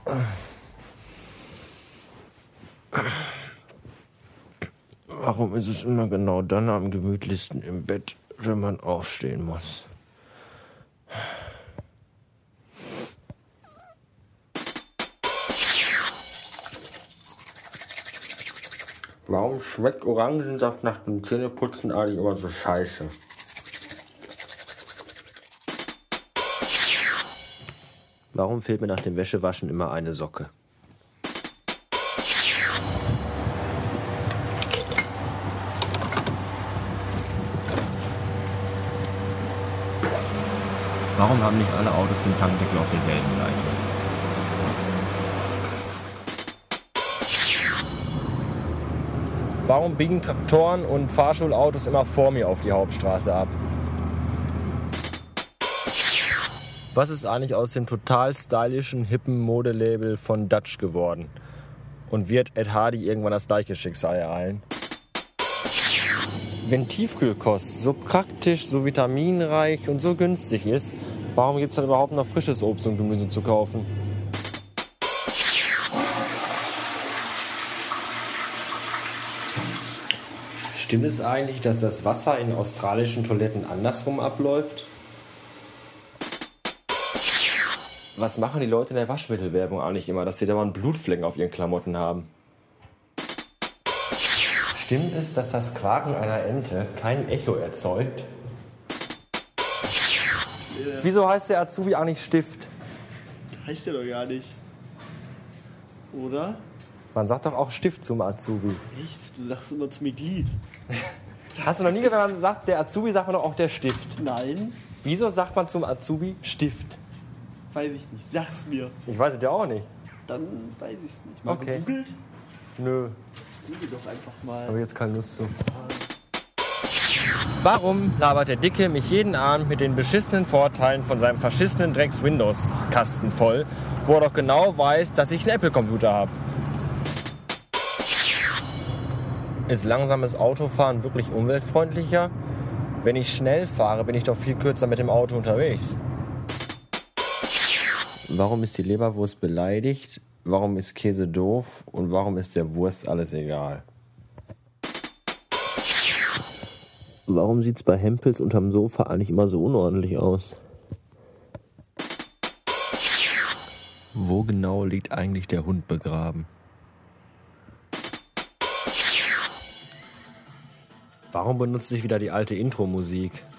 Warum ist es immer genau dann am gemütlichsten im Bett, wenn man aufstehen muss? Warum schmeckt Orangensaft nach dem Zähneputzen eigentlich immer so scheiße? Warum fehlt mir nach dem Wäschewaschen immer eine Socke? Warum haben nicht alle Autos den Tankdeckel auf derselben Seite? Warum biegen Traktoren und Fahrschulautos immer vor mir auf die Hauptstraße ab? Was ist eigentlich aus dem total stylischen, hippen Modelabel von Dutch geworden? Und wird Ed Hardy irgendwann das gleiche Schicksal ereilen? Wenn Tiefkühlkost so praktisch, so vitaminreich und so günstig ist, warum gibt es dann überhaupt noch frisches Obst und Gemüse zu kaufen? Stimmt es eigentlich, dass das Wasser in australischen Toiletten andersrum abläuft? Was machen die Leute in der Waschmittelwerbung eigentlich immer, dass sie da mal Blutflecken auf ihren Klamotten haben? Stimmt es, dass das Quaken einer Ente kein Echo erzeugt? Wieso heißt der Azubi eigentlich Stift? Heißt der doch gar nicht. Oder? Man sagt doch auch Stift zum Azubi. Echt? Du sagst immer zu mir Glied. Hast du noch nie gehört, wenn man sagt, der Azubi, sagt man doch auch der Stift? Nein. Wieso sagt man zum Azubi Stift? Weiß ich nicht. Sag's mir. Ich weiß es ja auch nicht. Dann weiß ich's nicht. Mal Okay. gegoogelt? Nö, Google doch einfach mal. habe jetzt keine Lust zu. Warum labert der Dicke mich jeden Abend mit den beschissenen Vorteilen von seinem verschissenen Drecks-Windows-Kasten voll, wo er doch genau weiß, dass ich einen Apple-Computer habe? Ist langsames Autofahren wirklich umweltfreundlicher? Wenn ich schnell fahre, bin ich doch viel kürzer mit dem Auto unterwegs. Warum ist die Leberwurst beleidigt? Warum ist Käse doof? Und warum ist der Wurst alles egal? Warum sieht's bei Hempels unterm Sofa eigentlich immer so unordentlich aus? Wo genau liegt eigentlich der Hund begraben? Warum benutze ich wieder die alte Intro-Musik?